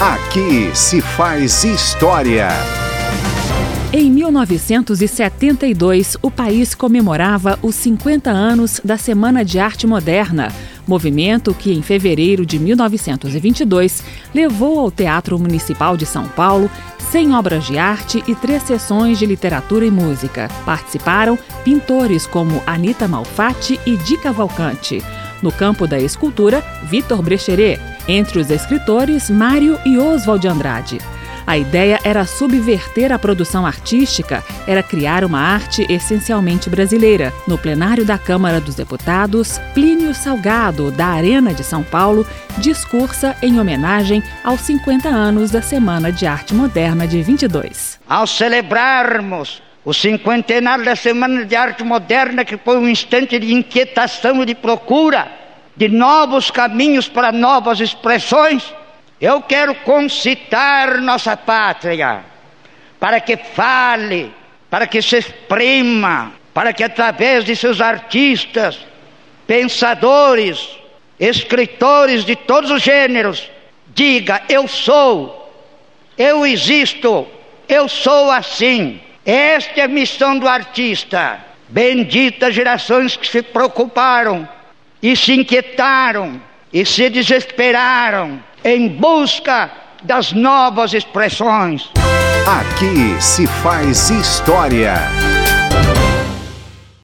Aqui se faz história. Em 1972, o país comemorava os 50 anos da Semana de Arte Moderna, movimento que, em fevereiro de 1922, levou ao Teatro Municipal de São Paulo 100 obras de arte e 3 sessões de literatura e música. Participaram pintores como Anita Malfatti e Di Cavalcanti. No campo da escultura, Vitor Brecheret. Entre os escritores, Mário e Oswald de Andrade. A ideia era subverter a produção artística, era criar uma arte essencialmente brasileira. No plenário da Câmara dos Deputados, Plínio Salgado, da Arena de São Paulo, discursa em homenagem aos 50 anos da Semana de Arte Moderna de 22. Ao celebrarmos o cinquentenário da Semana de Arte Moderna, que foi um instante de inquietação e de procura de novos caminhos para novas expressões, eu quero concitar nossa pátria, para que fale, para que se exprima, para que através de seus artistas, pensadores, escritores de todos os gêneros, diga: eu sou, eu existo, eu sou assim. Esta é a missão do artista. Benditas gerações que se preocuparam e se inquietaram e se desesperaram em busca das novas expressões. Aqui se faz história.